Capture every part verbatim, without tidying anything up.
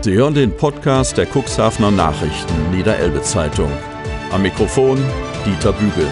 Sie hören den Podcast der Cuxhavener Nachrichten Niederelbe-Zeitung. Am Mikrofon Dieter Bügel.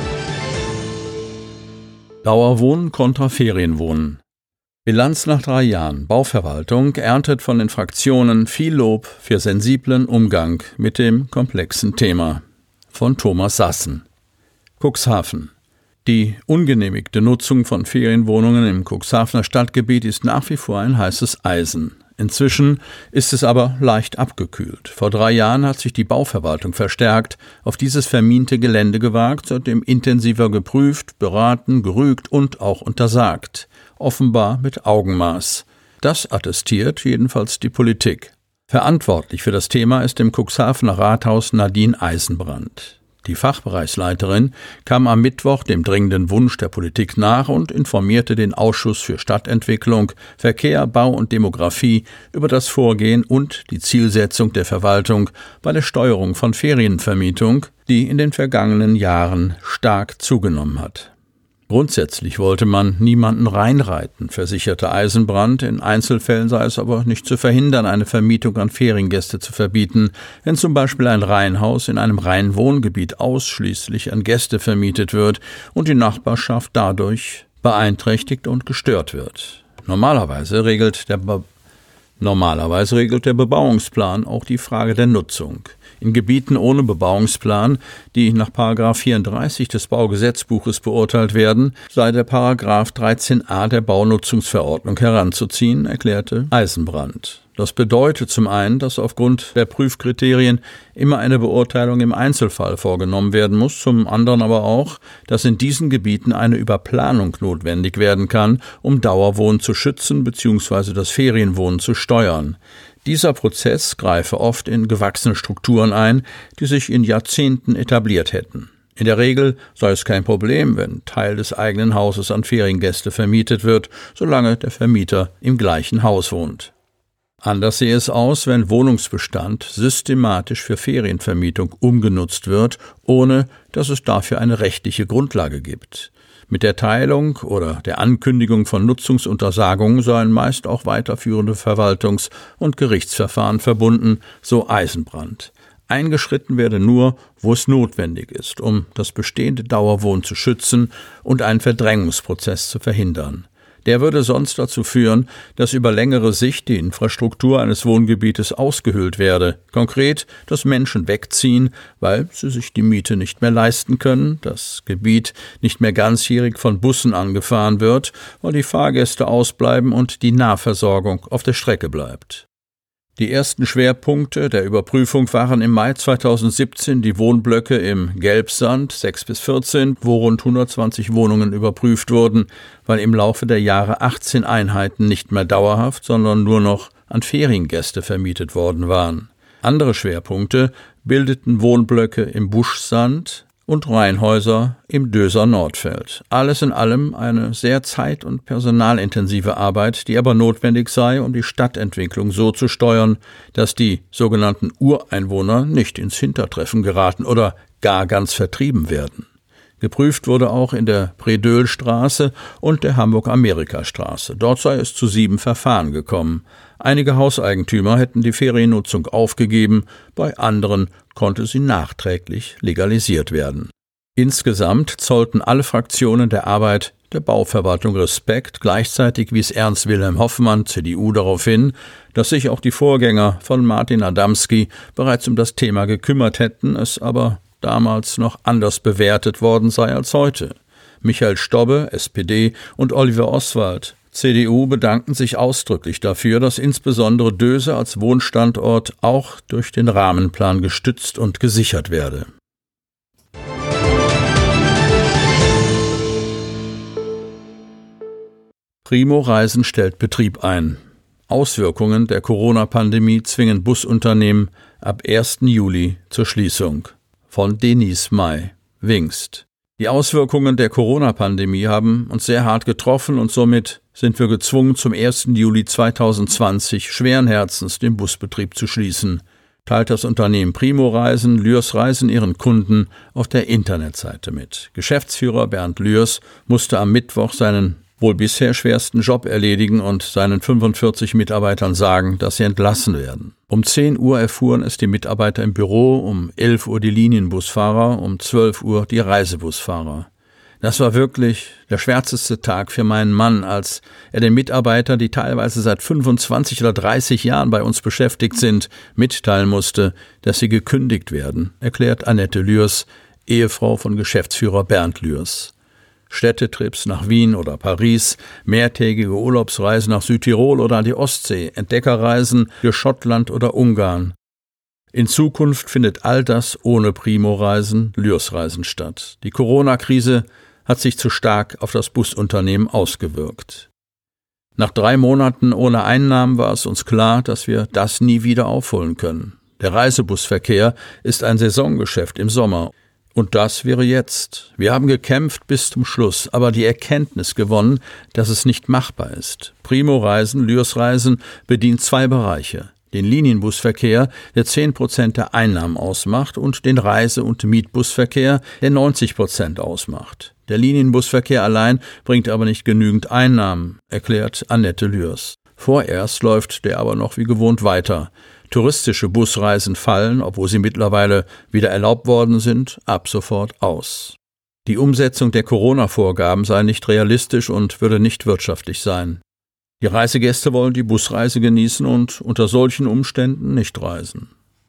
Dauerwohnen kontra Ferienwohnen. Bilanz nach drei Jahren. Bauverwaltung erntet von den Fraktionen viel Lob für sensiblen Umgang mit dem komplexen Thema. Von Thomas Sassen. Cuxhaven. Die ungenehmigte Nutzung von Ferienwohnungen im Cuxhavener Stadtgebiet ist nach wie vor ein heißes Eisen. Inzwischen ist es aber leicht abgekühlt. Vor drei Jahren hat sich die Bauverwaltung verstärkt auf dieses vermiente Gelände gewagt, seitdem intensiver geprüft, beraten, gerügt und auch untersagt. Offenbar mit Augenmaß. Das attestiert jedenfalls die Politik. Verantwortlich für das Thema ist im Cuxhavener Rathaus Nadine Eisenbrand. Die Fachbereichsleiterin kam am Mittwoch dem dringenden Wunsch der Politik nach und informierte den Ausschuss für Stadtentwicklung, Verkehr, Bau und Demografie über das Vorgehen und die Zielsetzung der Verwaltung bei der Steuerung von Ferienvermietung, die in den vergangenen Jahren stark zugenommen hat. Grundsätzlich wollte man niemanden reinreiten, versicherte Eisenbrand. In Einzelfällen sei es aber nicht zu verhindern, eine Vermietung an Feriengäste zu verbieten, wenn zum Beispiel ein Reihenhaus in einem reinen Wohngebiet ausschließlich an Gäste vermietet wird und die Nachbarschaft dadurch beeinträchtigt und gestört wird. Normalerweise regelt der Be- Normalerweise regelt der Bebauungsplan auch die Frage der Nutzung. In Gebieten ohne Bebauungsplan, die nach Paragraph vierunddreißig des Baugesetzbuches beurteilt werden, sei der Paragraph dreizehn a der Baunutzungsverordnung heranzuziehen, erklärte Eisenbrand. Das bedeutet zum einen, dass aufgrund der Prüfkriterien immer eine Beurteilung im Einzelfall vorgenommen werden muss, zum anderen aber auch, dass in diesen Gebieten eine Überplanung notwendig werden kann, um Dauerwohnen zu schützen bzw. das Ferienwohnen zu steuern. Dieser Prozess greife oft in gewachsene Strukturen ein, die sich in Jahrzehnten etabliert hätten. In der Regel sei es kein Problem, wenn Teil des eigenen Hauses an Feriengäste vermietet wird, solange der Vermieter im gleichen Haus wohnt. Anders sehe es aus, wenn Wohnungsbestand systematisch für Ferienvermietung umgenutzt wird, ohne dass es dafür eine rechtliche Grundlage gibt. Mit der Teilung oder der Ankündigung von Nutzungsuntersagungen seien meist auch weiterführende Verwaltungs- und Gerichtsverfahren verbunden, so Eisenbrand. Eingeschritten werde nur, wo es notwendig ist, um das bestehende Dauerwohnen zu schützen und einen Verdrängungsprozess zu verhindern. Der würde sonst dazu führen, dass über längere Sicht die Infrastruktur eines Wohngebietes ausgehöhlt werde. Konkret, dass Menschen wegziehen, weil sie sich die Miete nicht mehr leisten können, das Gebiet nicht mehr ganzjährig von Bussen angefahren wird, weil die Fahrgäste ausbleiben und die Nahversorgung auf der Strecke bleibt. Die ersten Schwerpunkte der Überprüfung waren im Mai zweitausendsiebzehn die Wohnblöcke im Gelbsand sechs bis vierzehn, wo rund hundertzwanzig Wohnungen überprüft wurden, weil im Laufe der Jahre achtzehn Einheiten nicht mehr dauerhaft, sondern nur noch an Feriengäste vermietet worden waren. Andere Schwerpunkte bildeten Wohnblöcke im Buschsand und Reihenhäuser im Döser Nordfeld. Alles in allem eine sehr zeit- und personalintensive Arbeit, die aber notwendig sei, um die Stadtentwicklung so zu steuern, dass die sogenannten Ureinwohner nicht ins Hintertreffen geraten oder gar ganz vertrieben werden. Geprüft wurde auch in der Predölstraße und der Hamburg-Amerika-Straße. Dort sei es zu sieben Verfahren gekommen. Einige Hauseigentümer hätten die Feriennutzung aufgegeben, bei anderen konnte sie nachträglich legalisiert werden. Insgesamt zollten alle Fraktionen der Arbeit der Bauverwaltung Respekt. Gleichzeitig wies Ernst Wilhelm Hoffmann, C D U, darauf hin, dass sich auch die Vorgänger von Martin Adamski bereits um das Thema gekümmert hätten, es aber damals noch anders bewertet worden sei als heute. Michael Stobbe, S P D, und Oliver Oswald, C D U, bedankten sich ausdrücklich dafür, dass insbesondere Döse als Wohnstandort auch durch den Rahmenplan gestützt und gesichert werde. Primo Reisen stellt Betrieb ein. Auswirkungen der Corona-Pandemie zwingen Busunternehmen ab ersten Juli zur Schließung. Von Denise May, Wingst. Die Auswirkungen der Corona-Pandemie haben uns sehr hart getroffen und somit sind wir gezwungen, zum ersten Juli zweitausendzwanzig schweren Herzens den Busbetrieb zu schließen, teilt das Unternehmen Primo Reisen, Lührs Reisen ihren Kunden auf der Internetseite mit. Geschäftsführer Bernd Lührs musste am Mittwoch seinen wohl bisher schwersten Job erledigen und seinen fünfundvierzig Mitarbeitern sagen, dass sie entlassen werden. Um zehn Uhr erfuhren es die Mitarbeiter im Büro, um elf Uhr die Linienbusfahrer, um zwölf Uhr die Reisebusfahrer. Das war wirklich der schwärzeste Tag für meinen Mann, als er den Mitarbeitern, die teilweise seit fünfundzwanzig oder dreißig Jahren bei uns beschäftigt sind, mitteilen musste, dass sie gekündigt werden, erklärt Annette Lührs, Ehefrau von Geschäftsführer Bernd Lührs. Städtetrips nach Wien oder Paris, mehrtägige Urlaubsreisen nach Südtirol oder an die Ostsee, Entdeckerreisen für Schottland oder Ungarn. In Zukunft findet all das ohne Primo-Reisen, Lührs-Reisen statt. Die Corona-Krise hat sich zu stark auf das Busunternehmen ausgewirkt. Nach drei Monaten ohne Einnahmen war es uns klar, dass wir das nie wieder aufholen können. Der Reisebusverkehr ist ein Saisongeschäft im Sommer. Und das wäre jetzt. Wir haben gekämpft bis zum Schluss, aber die Erkenntnis gewonnen, dass es nicht machbar ist. Primo-Reisen, Lührs-Reisen bedient zwei Bereiche. Den Linienbusverkehr, der zehn Prozent der Einnahmen ausmacht, und den Reise- und Mietbusverkehr, der neunzig Prozent ausmacht. Der Linienbusverkehr allein bringt aber nicht genügend Einnahmen, erklärt Annette Lührs. Vorerst läuft der aber noch wie gewohnt weiter. Touristische Busreisen fallen, obwohl sie mittlerweile wieder erlaubt worden sind, ab sofort aus. Die Umsetzung der Corona-Vorgaben sei nicht realistisch und würde nicht wirtschaftlich sein. Die Reisegäste wollen die Busreise genießen und unter solchen Umständen nicht reisen.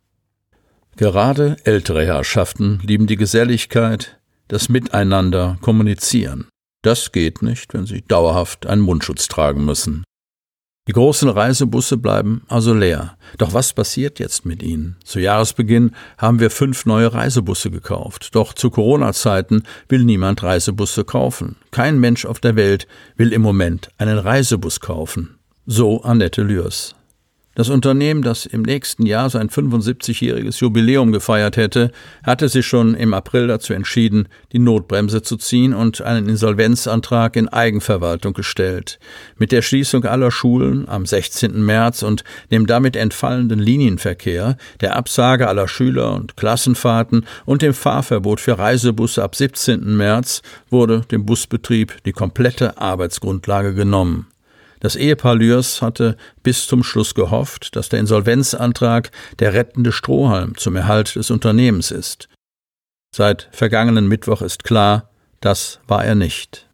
Gerade ältere Herrschaften lieben die Geselligkeit, das Miteinander kommunizieren. Das geht nicht, wenn sie dauerhaft einen Mundschutz tragen müssen. Die großen Reisebusse bleiben also leer. Doch was passiert jetzt mit ihnen? Zu Jahresbeginn haben wir fünf neue Reisebusse gekauft. Doch zu Corona-Zeiten will niemand Reisebusse kaufen. Kein Mensch auf der Welt will im Moment einen Reisebus kaufen. So Annette Lührs. Das Unternehmen, das im nächsten Jahr sein fünfundsiebzigjähriges Jubiläum gefeiert hätte, hatte sich schon im April dazu entschieden, die Notbremse zu ziehen und einen Insolvenzantrag in Eigenverwaltung gestellt. Mit der Schließung aller Schulen am sechzehnten März und dem damit entfallenden Linienverkehr, der Absage aller Schüler- und Klassenfahrten und dem Fahrverbot für Reisebusse ab siebzehnten März wurde dem Busbetrieb die komplette Arbeitsgrundlage genommen. Das Ehepaar Lührs hatte bis zum Schluss gehofft, dass der Insolvenzantrag der rettende Strohhalm zum Erhalt des Unternehmens ist. Seit vergangenen Mittwoch ist klar, das war er nicht.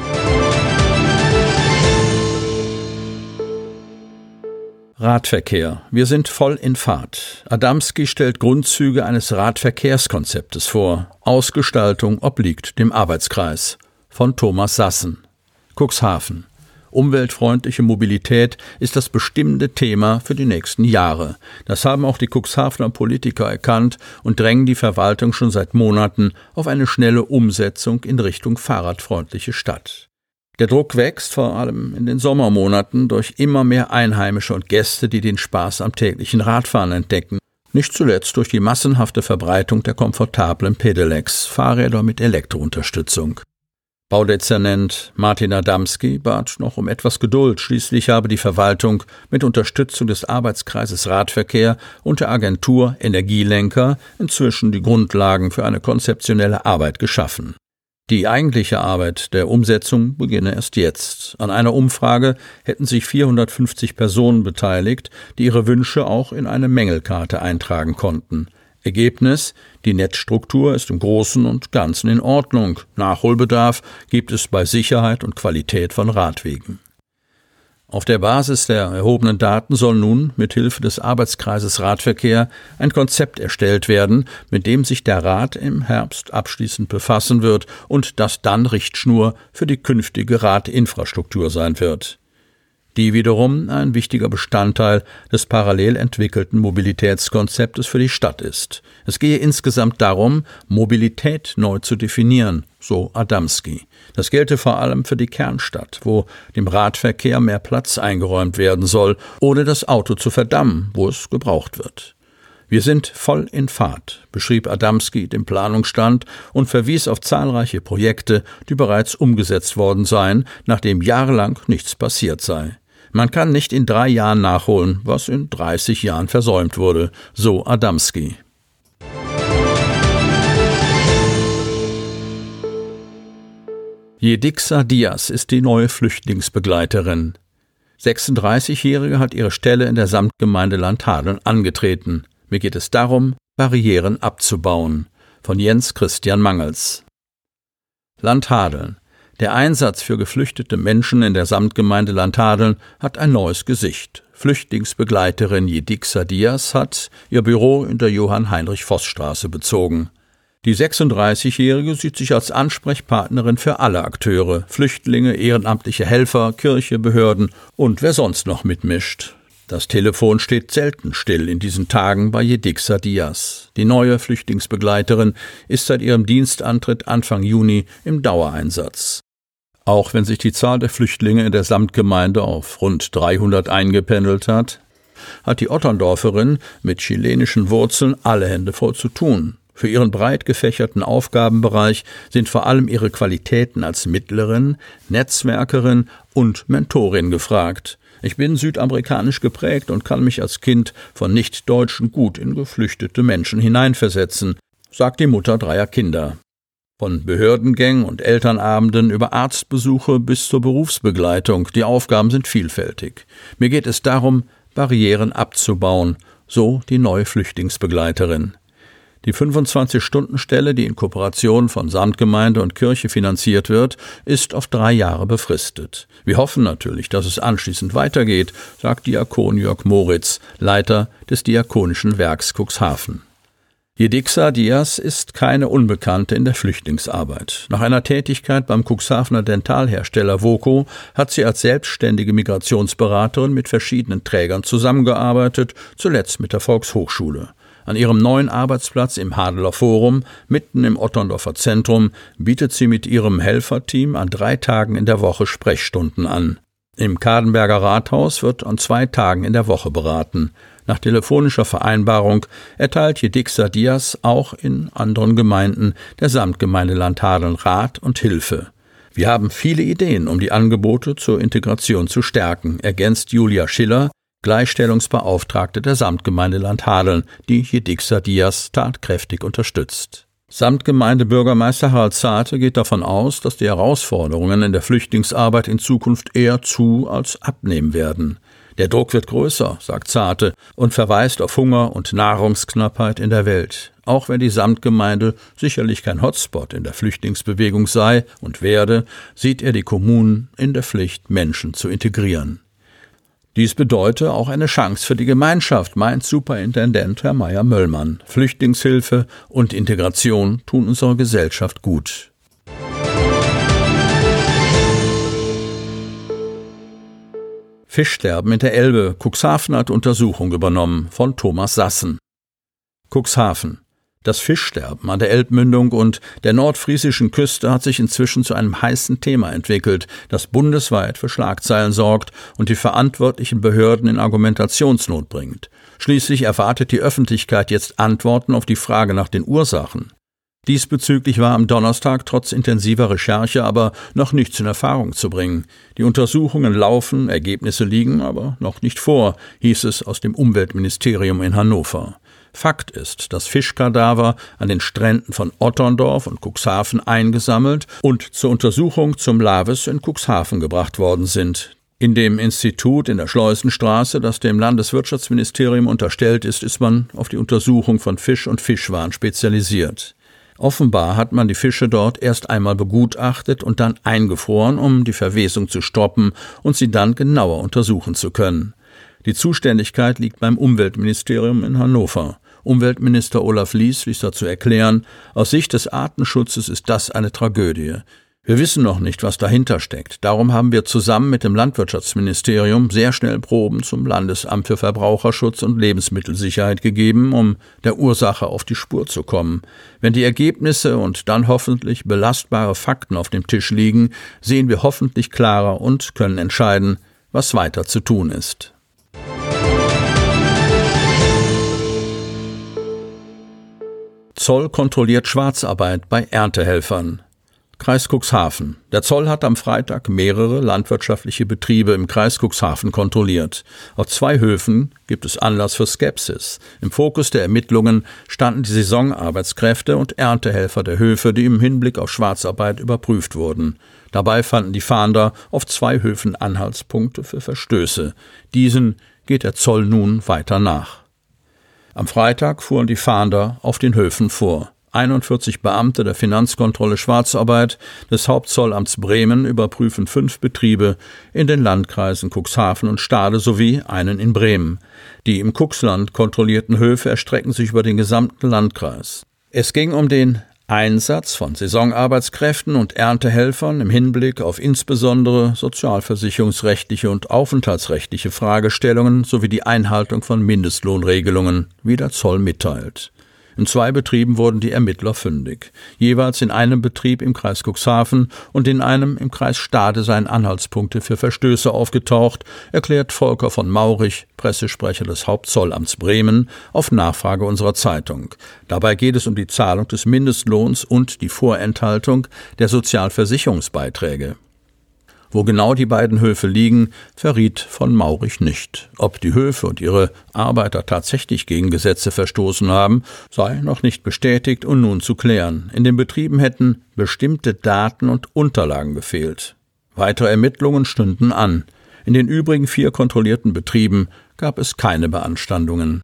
Radverkehr. Wir sind voll in Fahrt. Adamski stellt Grundzüge eines Radverkehrskonzeptes vor. Ausgestaltung obliegt dem Arbeitskreis. Von Thomas Sassen. Cuxhaven. Umweltfreundliche Mobilität ist das bestimmende Thema für die nächsten Jahre. Das haben auch die Cuxhavener Politiker erkannt und drängen die Verwaltung schon seit Monaten auf eine schnelle Umsetzung in Richtung fahrradfreundliche Stadt. Der Druck wächst, vor allem in den Sommermonaten, durch immer mehr Einheimische und Gäste, die den Spaß am täglichen Radfahren entdecken. Nicht zuletzt durch die massenhafte Verbreitung der komfortablen Pedelecs, Fahrräder mit Elektrounterstützung. Baudezernent Martin Adamski bat noch um etwas Geduld. Schließlich habe die Verwaltung mit Unterstützung des Arbeitskreises Radverkehr und der Agentur Energielenker inzwischen die Grundlagen für eine konzeptionelle Arbeit geschaffen. Die eigentliche Arbeit der Umsetzung beginne erst jetzt. An einer Umfrage hätten sich vierhundertfünfzig Personen beteiligt, die ihre Wünsche auch in eine Mängelkarte eintragen konnten. Ergebnis: Die Netzstruktur ist im Großen und Ganzen in Ordnung. Nachholbedarf gibt es bei Sicherheit und Qualität von Radwegen. Auf der Basis der erhobenen Daten soll nun mit Hilfe des Arbeitskreises Radverkehr ein Konzept erstellt werden, mit dem sich der Rat im Herbst abschließend befassen wird und das dann Richtschnur für die künftige Radinfrastruktur sein wird, die wiederum ein wichtiger Bestandteil des parallel entwickelten Mobilitätskonzeptes für die Stadt ist. Es gehe insgesamt darum, Mobilität neu zu definieren, so Adamski. Das gelte vor allem für die Kernstadt, wo dem Radverkehr mehr Platz eingeräumt werden soll, ohne das Auto zu verdammen, wo es gebraucht wird. Wir sind voll in Fahrt, beschrieb Adamski den Planungsstand und verwies auf zahlreiche Projekte, die bereits umgesetzt worden seien, nachdem jahrelang nichts passiert sei. Man kann nicht in drei Jahren nachholen, was in dreißig Jahren versäumt wurde, so Adamski. Yedixa Diaz ist die neue Flüchtlingsbegleiterin. sechsunddreißigjährige hat ihre Stelle in der Samtgemeinde Landhadeln angetreten. Mir geht es darum, Barrieren abzubauen. Von Jens Christian Mangels. Landhadeln. Der Einsatz für geflüchtete Menschen in der Samtgemeinde Landhadeln hat ein neues Gesicht. Flüchtlingsbegleiterin Yedixa Diaz hat ihr Büro in der Johann-Heinrich-Voss-Straße bezogen. Die sechsunddreißigjährige sieht sich als Ansprechpartnerin für alle Akteure, Flüchtlinge, ehrenamtliche Helfer, Kirche, Behörden und wer sonst noch mitmischt. Das Telefon steht selten still in diesen Tagen bei Yedixa Diaz. Die neue Flüchtlingsbegleiterin ist seit ihrem Dienstantritt Anfang Juni im Dauereinsatz. Auch wenn sich die Zahl der Flüchtlinge in der Samtgemeinde auf rund dreihundert eingependelt hat, hat die Otterndorferin mit chilenischen Wurzeln alle Hände voll zu tun. Für ihren breit gefächerten Aufgabenbereich sind vor allem ihre Qualitäten als Mittlerin, Netzwerkerin und Mentorin gefragt. Ich bin südamerikanisch geprägt und kann mich als Kind von Nicht-Deutschen gut in geflüchtete Menschen hineinversetzen, sagt die Mutter dreier Kinder. Von Behördengängen und Elternabenden über Arztbesuche bis zur Berufsbegleitung, die Aufgaben sind vielfältig. Mir geht es darum, Barrieren abzubauen, so die neue Flüchtlingsbegleiterin. Die fünfundzwanzig-Stunden-Stelle, die in Kooperation von Samtgemeinde und Kirche finanziert wird, ist auf drei Jahre befristet. Wir hoffen natürlich, dass es anschließend weitergeht, sagt Diakon Jörg Moritz, Leiter des Diakonischen Werks Cuxhaven. Yedixa Diaz ist keine Unbekannte in der Flüchtlingsarbeit. Nach einer Tätigkeit beim Cuxhavener Dentalhersteller Voco hat sie als selbstständige Migrationsberaterin mit verschiedenen Trägern zusammengearbeitet, zuletzt mit der Volkshochschule. An ihrem neuen Arbeitsplatz im Hadeler Forum, mitten im Otterndorfer Zentrum, bietet sie mit ihrem Helferteam an drei Tagen in der Woche Sprechstunden an. Im Kadenberger Rathaus wird an zwei Tagen in der Woche beraten. Nach telefonischer Vereinbarung erteilt Yedixa Diaz auch in anderen Gemeinden der Samtgemeinde Landhadeln Rat und Hilfe. Wir haben viele Ideen, um die Angebote zur Integration zu stärken, ergänzt Julia Schiller, Gleichstellungsbeauftragte der Samtgemeinde Landhadeln, die Yedixa Diaz tatkräftig unterstützt. Samtgemeindebürgermeister Harald Zarte geht davon aus, dass die Herausforderungen in der Flüchtlingsarbeit in Zukunft eher zu als abnehmen werden. Der Druck wird größer, sagt Zarte, und verweist auf Hunger und Nahrungsknappheit in der Welt. Auch wenn die Samtgemeinde sicherlich kein Hotspot in der Flüchtlingsbewegung sei und werde, sieht er die Kommunen in der Pflicht, Menschen zu integrieren. Dies bedeute auch eine Chance für die Gemeinschaft, meint Superintendent Herr Meyer-Möllmann. Flüchtlingshilfe und Integration tun unserer Gesellschaft gut. Fischsterben in der Elbe. Cuxhaven hat Untersuchung übernommen, von Thomas Sassen. Cuxhaven. Das Fischsterben an der Elbmündung und der nordfriesischen Küste hat sich inzwischen zu einem heißen Thema entwickelt, das bundesweit für Schlagzeilen sorgt und die verantwortlichen Behörden in Argumentationsnot bringt. Schließlich erwartet die Öffentlichkeit jetzt Antworten auf die Frage nach den Ursachen. Diesbezüglich war am Donnerstag trotz intensiver Recherche aber noch nichts in Erfahrung zu bringen. Die Untersuchungen laufen, Ergebnisse liegen aber noch nicht vor, hieß es aus dem Umweltministerium in Hannover. Fakt ist, dass Fischkadaver an den Stränden von Otterndorf und Cuxhaven eingesammelt und zur Untersuchung zum Laves in Cuxhaven gebracht worden sind. In dem Institut in der Schleusenstraße, das dem Landeswirtschaftsministerium unterstellt ist, ist man auf die Untersuchung von Fisch und Fischwaren spezialisiert. Offenbar hat man die Fische dort erst einmal begutachtet und dann eingefroren, um die Verwesung zu stoppen und sie dann genauer untersuchen zu können. Die Zuständigkeit liegt beim Umweltministerium in Hannover. Umweltminister Olaf Lies ließ dazu erklären, aus Sicht des Artenschutzes ist das eine Tragödie. Wir wissen noch nicht, was dahinter steckt. Darum haben wir zusammen mit dem Landwirtschaftsministerium sehr schnell Proben zum Landesamt für Verbraucherschutz und Lebensmittelsicherheit gegeben, um der Ursache auf die Spur zu kommen. Wenn die Ergebnisse und dann hoffentlich belastbare Fakten auf dem Tisch liegen, sehen wir hoffentlich klarer und können entscheiden, was weiter zu tun ist. Zoll kontrolliert Schwarzarbeit bei Erntehelfern. Kreis Cuxhaven. Der Zoll hat am Freitag mehrere landwirtschaftliche Betriebe im Kreis Cuxhaven kontrolliert. Auf zwei Höfen gibt es Anlass für Skepsis. Im Fokus der Ermittlungen standen die Saisonarbeitskräfte und Erntehelfer der Höfe, die im Hinblick auf Schwarzarbeit überprüft wurden. Dabei fanden die Fahnder auf zwei Höfen Anhaltspunkte für Verstöße. Diesen geht der Zoll nun weiter nach. Am Freitag fuhren die Fahnder auf den Höfen vor. einundvierzig Beamte der Finanzkontrolle Schwarzarbeit des Hauptzollamts Bremen überprüfen fünf Betriebe in den Landkreisen Cuxhaven und Stade sowie einen in Bremen. Die im Cuxland kontrollierten Höfe erstrecken sich über den gesamten Landkreis. Es ging um den Einsatz von Saisonarbeitskräften und Erntehelfern im Hinblick auf insbesondere sozialversicherungsrechtliche und aufenthaltsrechtliche Fragestellungen sowie die Einhaltung von Mindestlohnregelungen, wie der Zoll mitteilt. In zwei Betrieben wurden die Ermittler fündig. Jeweils in einem Betrieb im Kreis Cuxhaven und in einem im Kreis Stade seien Anhaltspunkte für Verstöße aufgetaucht, erklärt Volker von Maurich, Pressesprecher des Hauptzollamts Bremen, auf Nachfrage unserer Zeitung. Dabei geht es um die Zahlung des Mindestlohns und die Vorenthaltung der Sozialversicherungsbeiträge. Wo genau die beiden Höfe liegen, verriet von Maurich nicht. Ob die Höfe und ihre Arbeiter tatsächlich gegen Gesetze verstoßen haben, sei noch nicht bestätigt und nun zu klären. In den Betrieben hätten bestimmte Daten und Unterlagen gefehlt. Weitere Ermittlungen stünden an. In den übrigen vier kontrollierten Betrieben gab es keine Beanstandungen.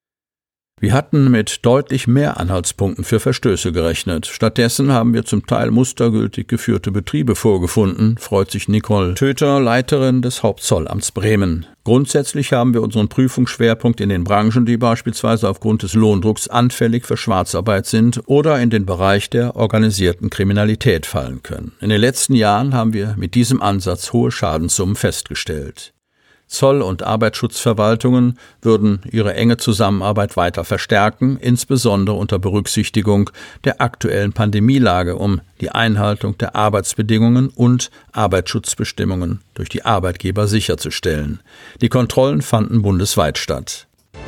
Wir hatten mit deutlich mehr Anhaltspunkten für Verstöße gerechnet. Stattdessen haben wir zum Teil mustergültig geführte Betriebe vorgefunden, freut sich Nicole Töter, Leiterin des Hauptzollamts Bremen. Grundsätzlich haben wir unseren Prüfungsschwerpunkt in den Branchen, die beispielsweise aufgrund des Lohndrucks anfällig für Schwarzarbeit sind oder in den Bereich der organisierten Kriminalität fallen können. In den letzten Jahren haben wir mit diesem Ansatz hohe Schadenssummen festgestellt. Zoll- und Arbeitsschutzverwaltungen würden ihre enge Zusammenarbeit weiter verstärken, insbesondere unter Berücksichtigung der aktuellen Pandemielage, um die Einhaltung der Arbeitsbedingungen und Arbeitsschutzbestimmungen durch die Arbeitgeber sicherzustellen. Die Kontrollen fanden bundesweit statt.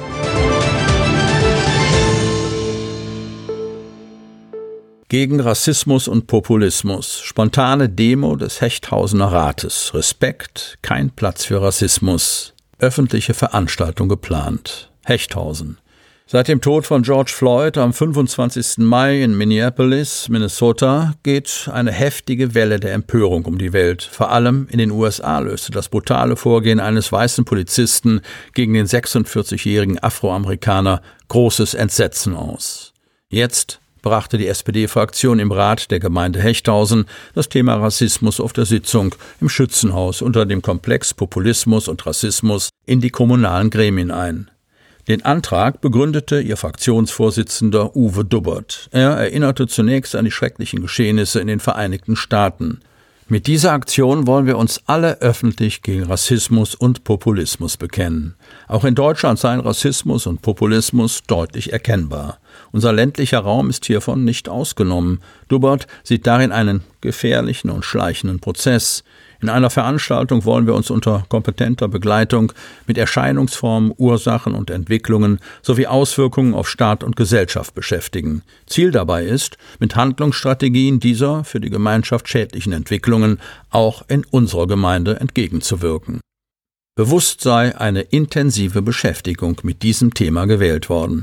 Gegen Rassismus und Populismus. Spontane Demo des Hechthausener Rates. Respekt, kein Platz für Rassismus. Öffentliche Veranstaltung geplant. Hechthausen. Seit dem Tod von George Floyd am fünfundzwanzigsten Mai in Minneapolis, Minnesota, geht eine heftige Welle der Empörung um die Welt. Vor allem in den U S A löste das brutale Vorgehen eines weißen Polizisten gegen den sechsundvierzigjährigen Afroamerikaner großes Entsetzen aus. Jetzt brachte die S P D-Fraktion im Rat der Gemeinde Hechthausen das Thema Rassismus auf der Sitzung im Schützenhaus unter dem Komplex Populismus und Rassismus in die kommunalen Gremien ein. Den Antrag begründete ihr Fraktionsvorsitzender Uwe Dubbert. Er erinnerte zunächst an die schrecklichen Geschehnisse in den Vereinigten Staaten. Mit dieser Aktion wollen wir uns alle öffentlich gegen Rassismus und Populismus bekennen. Auch in Deutschland seien Rassismus und Populismus deutlich erkennbar. Unser ländlicher Raum ist hiervon nicht ausgenommen. Dubbert sieht darin einen gefährlichen und schleichenden Prozess. In einer Veranstaltung wollen wir uns unter kompetenter Begleitung mit Erscheinungsformen, Ursachen und Entwicklungen sowie Auswirkungen auf Staat und Gesellschaft beschäftigen. Ziel dabei ist, mit Handlungsstrategien dieser für die Gemeinschaft schädlichen Entwicklungen auch in unserer Gemeinde entgegenzuwirken. Bewusst sei eine intensive Beschäftigung mit diesem Thema gewählt worden.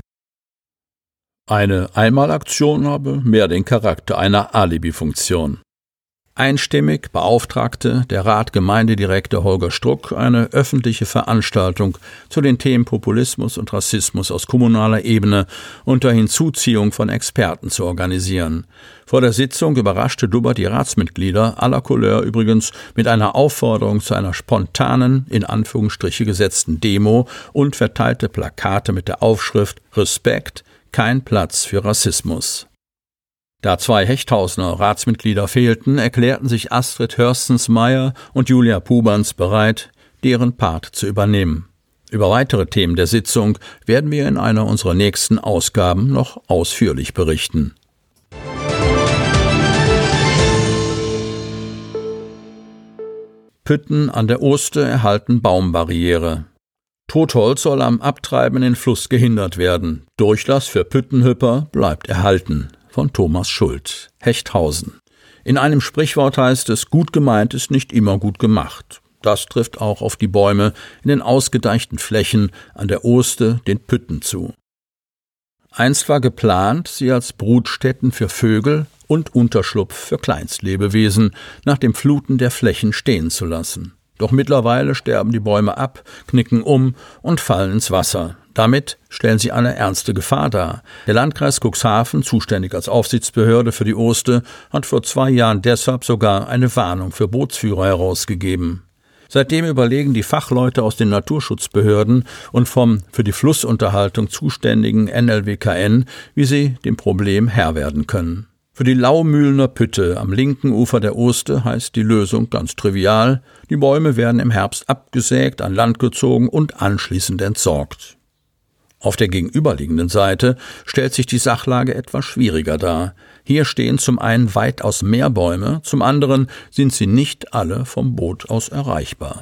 Eine Einmalaktion habe mehr den Charakter einer Alibi-Funktion. Einstimmig beauftragte der Rat Gemeindedirektor Holger Struck eine öffentliche Veranstaltung zu den Themen Populismus und Rassismus aus kommunaler Ebene unter Hinzuziehung von Experten zu organisieren. Vor der Sitzung überraschte Dubbert die Ratsmitglieder aller Couleur übrigens mit einer Aufforderung zu einer spontanen, in Anführungsstriche gesetzten Demo und verteilte Plakate mit der Aufschrift »Respekt, kein Platz für Rassismus«. Da zwei Hechthausener Ratsmitglieder fehlten, erklärten sich Astrid Hörstens-Meyer und Julia Puberns bereit, deren Part zu übernehmen. Über weitere Themen der Sitzung werden wir in einer unserer nächsten Ausgaben noch ausführlich berichten. Pütten an der Oste erhalten Baumbarriere. Totholz soll am Abtreiben in den Fluss gehindert werden. Durchlass für Püttenhüpper bleibt erhalten. Von Thomas Schult, Hechthausen. In einem Sprichwort heißt es, gut gemeint ist nicht immer gut gemacht. Das trifft auch auf die Bäume in den ausgedeichten Flächen an der Oste, den Pütten zu. Einst war geplant, sie als Brutstätten für Vögel und Unterschlupf für Kleinstlebewesen nach dem Fluten der Flächen stehen zu lassen. Doch mittlerweile sterben die Bäume ab, knicken um und fallen ins Wasser. Damit stellen sie eine ernste Gefahr dar. Der Landkreis Cuxhaven, zuständig als Aufsichtsbehörde für die Oste, hat vor zwei Jahren deshalb sogar eine Warnung für Bootsführer herausgegeben. Seitdem überlegen die Fachleute aus den Naturschutzbehörden und vom für die Flussunterhaltung zuständigen N L W K N, wie sie dem Problem Herr werden können. Für die Laumühlener Pütte am linken Ufer der Oste heißt die Lösung ganz trivial: Die Bäume werden im Herbst abgesägt, an Land gezogen und anschließend entsorgt. Auf der gegenüberliegenden Seite stellt sich die Sachlage etwas schwieriger dar. Hier stehen zum einen weitaus mehr Bäume, zum anderen sind sie nicht alle vom Boot aus erreichbar.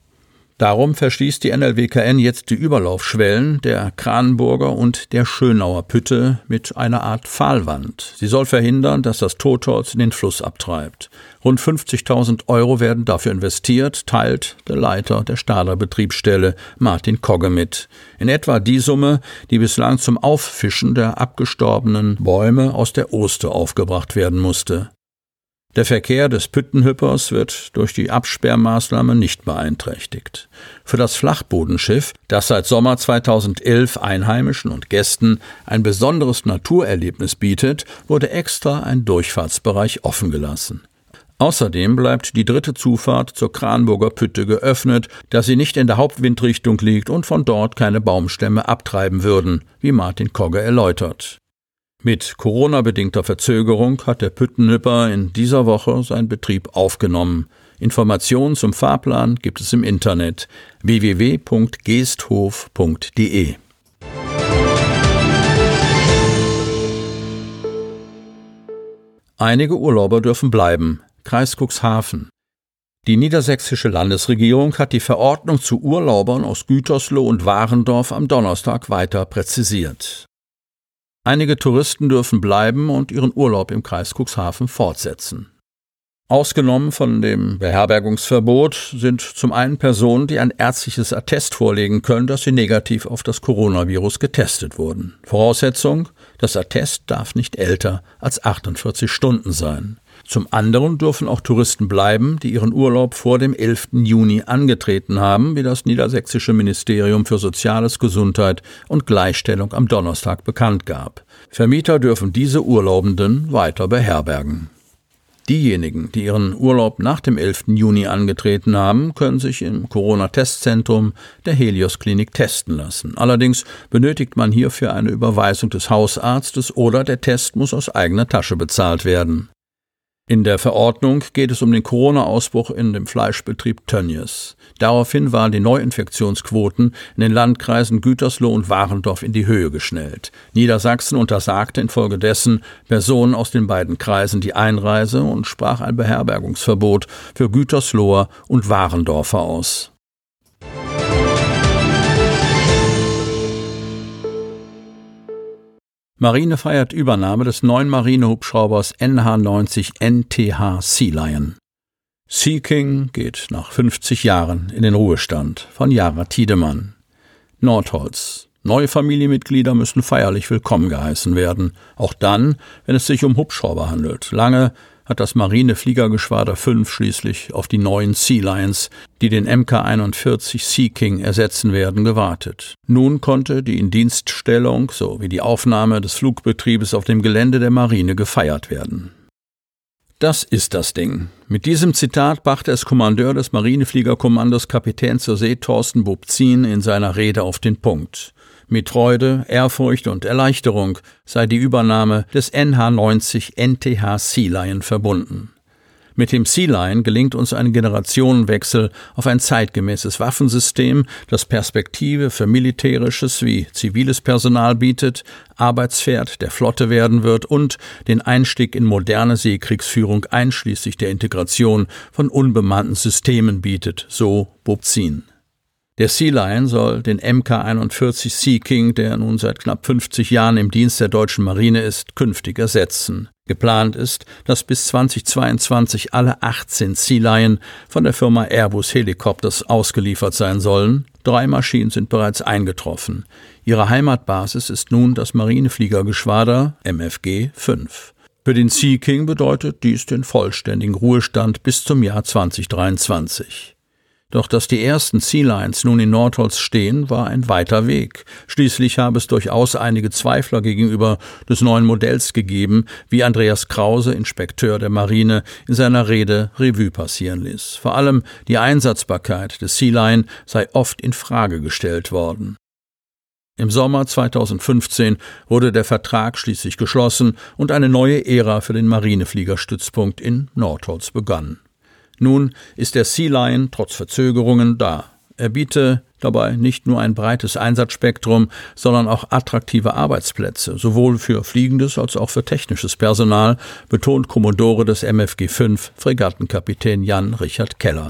Darum verschließt die N L W K N jetzt die Überlaufschwellen der Kranenburger und der Schönauer Pütte mit einer Art Pfahlwand. Sie soll verhindern, dass das Totholz in den Fluss abtreibt. Rund fünfzigtausend Euro werden dafür investiert, teilt der Leiter der Stahler Betriebsstelle Martin Kogge mit. In etwa die Summe, die bislang zum Auffischen der abgestorbenen Bäume aus der Oste aufgebracht werden musste. Der Verkehr des Püttenhüppers wird durch die Absperrmaßnahme nicht beeinträchtigt. Für das Flachbodenschiff, das seit Sommer zweitausendelf Einheimischen und Gästen ein besonderes Naturerlebnis bietet, wurde extra ein Durchfahrtsbereich offen gelassen. Außerdem bleibt die dritte Zufahrt zur Kranenburger Pütte geöffnet, da sie nicht in der Hauptwindrichtung liegt und von dort keine Baumstämme abtreiben würden, wie Martin Kogge erläutert. Mit Corona-bedingter Verzögerung hat der Püttenhüpper in dieser Woche seinen Betrieb aufgenommen. Informationen zum Fahrplan gibt es im Internet w w w punkt geesthof punkt d e. Einige Urlauber dürfen bleiben. Kreis Cuxhaven. Die niedersächsische Landesregierung hat die Verordnung zu Urlaubern aus Gütersloh und Warendorf am Donnerstag weiter präzisiert. Einige Touristen dürfen bleiben und ihren Urlaub im Kreis Cuxhaven fortsetzen. Ausgenommen von dem Beherbergungsverbot sind zum einen Personen, die ein ärztliches Attest vorlegen können, dass sie negativ auf das Coronavirus getestet wurden. Voraussetzung: Das Attest darf nicht älter als achtundvierzig Stunden sein. Zum anderen dürfen auch Touristen bleiben, die ihren Urlaub vor dem elften Juni angetreten haben, wie das niedersächsische Ministerium für Soziales, Gesundheit und Gleichstellung am Donnerstag bekannt gab. Vermieter dürfen diese Urlaubenden weiter beherbergen. Diejenigen, die ihren Urlaub nach dem elften Juni angetreten haben, können sich im Corona-Testzentrum der Helios-Klinik testen lassen. Allerdings benötigt man hierfür eine Überweisung des Hausarztes oder der Test muss aus eigener Tasche bezahlt werden. In der Verordnung geht es um den Corona-Ausbruch in dem Fleischbetrieb Tönnies. Daraufhin waren die Neuinfektionsquoten in den Landkreisen Gütersloh und Warendorf in die Höhe geschnellt. Niedersachsen untersagte infolgedessen Personen aus den beiden Kreisen die Einreise und sprach ein Beherbergungsverbot für Gütersloher und Warendorfer aus. Marine feiert Übernahme des neuen Marinehubschraubers N H neunzig N T H Sea Lion. Sea King geht nach fünfzig Jahren in den Ruhestand, von Jara Tiedemann. Nordholz. Neue Familienmitglieder müssen feierlich willkommen geheißen werden, auch dann, wenn es sich um Hubschrauber handelt. Lange hat das Marinefliegergeschwader fünf schließlich auf die neuen Sea Lions, die den M K einundvierzig Sea King ersetzen werden, gewartet. Nun konnte die Indienststellung sowie die Aufnahme des Flugbetriebes auf dem Gelände der Marine gefeiert werden. Das ist das Ding. Mit diesem Zitat brachte es Kommandeur des Marinefliegerkommandos Kapitän zur See Thorsten Bobzien in seiner Rede auf den Punkt. Mit Freude, Ehrfurcht und Erleichterung sei die Übernahme des N H neunzig N T H Sea Lion verbunden. Mit dem Sea Lion gelingt uns ein Generationenwechsel auf ein zeitgemäßes Waffensystem, das Perspektive für militärisches wie ziviles Personal bietet, Arbeitspferd der Flotte werden wird und den Einstieg in moderne Seekriegsführung einschließlich der Integration von unbemannten Systemen bietet, so Bobzien. Der Sea Lion soll den M K einundvierzig Sea King, der nun seit knapp fünfzig Jahren im Dienst der deutschen Marine ist, künftig ersetzen. Geplant ist, dass bis zweitausendzweiundzwanzig alle achtzehn Sea Lion von der Firma Airbus Helicopters ausgeliefert sein sollen. Drei Maschinen sind bereits eingetroffen. Ihre Heimatbasis ist nun das Marinefliegergeschwader M F G fünf. Für den Sea King bedeutet dies den vollständigen Ruhestand bis zum Jahr zweitausenddreiundzwanzig. Doch dass die ersten Sea Lions nun in Nordholz stehen, war ein weiter Weg. Schließlich habe es durchaus einige Zweifler gegenüber des neuen Modells gegeben, wie Andreas Krause, Inspekteur der Marine, in seiner Rede Revue passieren ließ. Vor allem die Einsatzbarkeit des Sea Lion sei oft in Frage gestellt worden. Im Sommer zweitausendfünfzehn wurde der Vertrag schließlich geschlossen und eine neue Ära für den Marinefliegerstützpunkt in Nordholz begann. Nun ist der Sea Lion trotz Verzögerungen da. Er biete dabei nicht nur ein breites Einsatzspektrum, sondern auch attraktive Arbeitsplätze, sowohl für fliegendes als auch für technisches Personal, betont Kommodore des M F G fünf, Fregattenkapitän Jan-Richard Keller.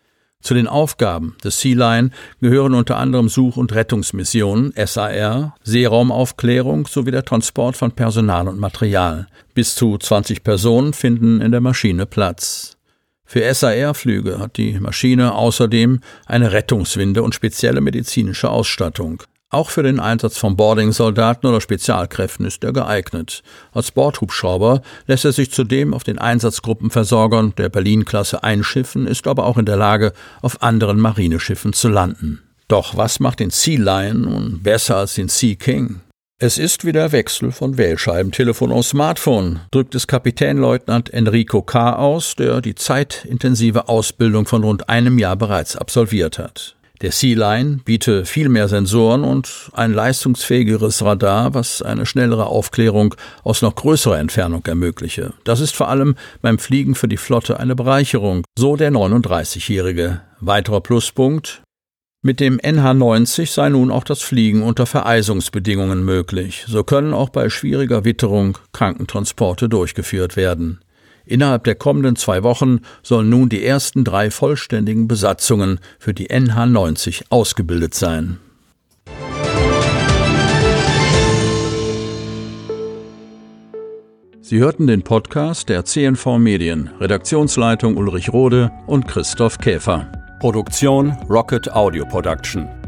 Zu den Aufgaben des Sea Lion gehören unter anderem Such- und Rettungsmissionen, S A R, Seeraumaufklärung sowie der Transport von Personal und Material. Bis zu zwanzig Personen finden in der Maschine Platz. Für S A R-Flüge hat die Maschine außerdem eine Rettungswinde und spezielle medizinische Ausstattung. Auch für den Einsatz von Boarding-Soldaten oder Spezialkräften ist er geeignet. Als Bordhubschrauber lässt er sich zudem auf den Einsatzgruppenversorgern der Berlin-Klasse einschiffen, ist aber auch in der Lage, auf anderen Marineschiffen zu landen. Doch was macht den Sea Lion nun besser als den Sea King? Es ist wie der Wechsel von Wählscheibentelefon auf Smartphone, drückt es Kapitänleutnant Enrico K. aus, der die zeitintensive Ausbildung von rund einem Jahr bereits absolviert hat. Der Sea Lion biete viel mehr Sensoren und ein leistungsfähigeres Radar, was eine schnellere Aufklärung aus noch größerer Entfernung ermögliche. Das ist vor allem beim Fliegen für die Flotte eine Bereicherung, so der neununddreißigjährige. Weiterer Pluspunkt: Mit dem N H neunzig sei nun auch das Fliegen unter Vereisungsbedingungen möglich. So können auch bei schwieriger Witterung Krankentransporte durchgeführt werden. Innerhalb der kommenden zwei Wochen sollen nun die ersten drei vollständigen Besatzungen für die N H neunzig ausgebildet sein. Sie hörten den Podcast der C N V Medien, Redaktionsleitung Ulrich Rode und Christoph Käfer. Produktion Rocket Audio Production.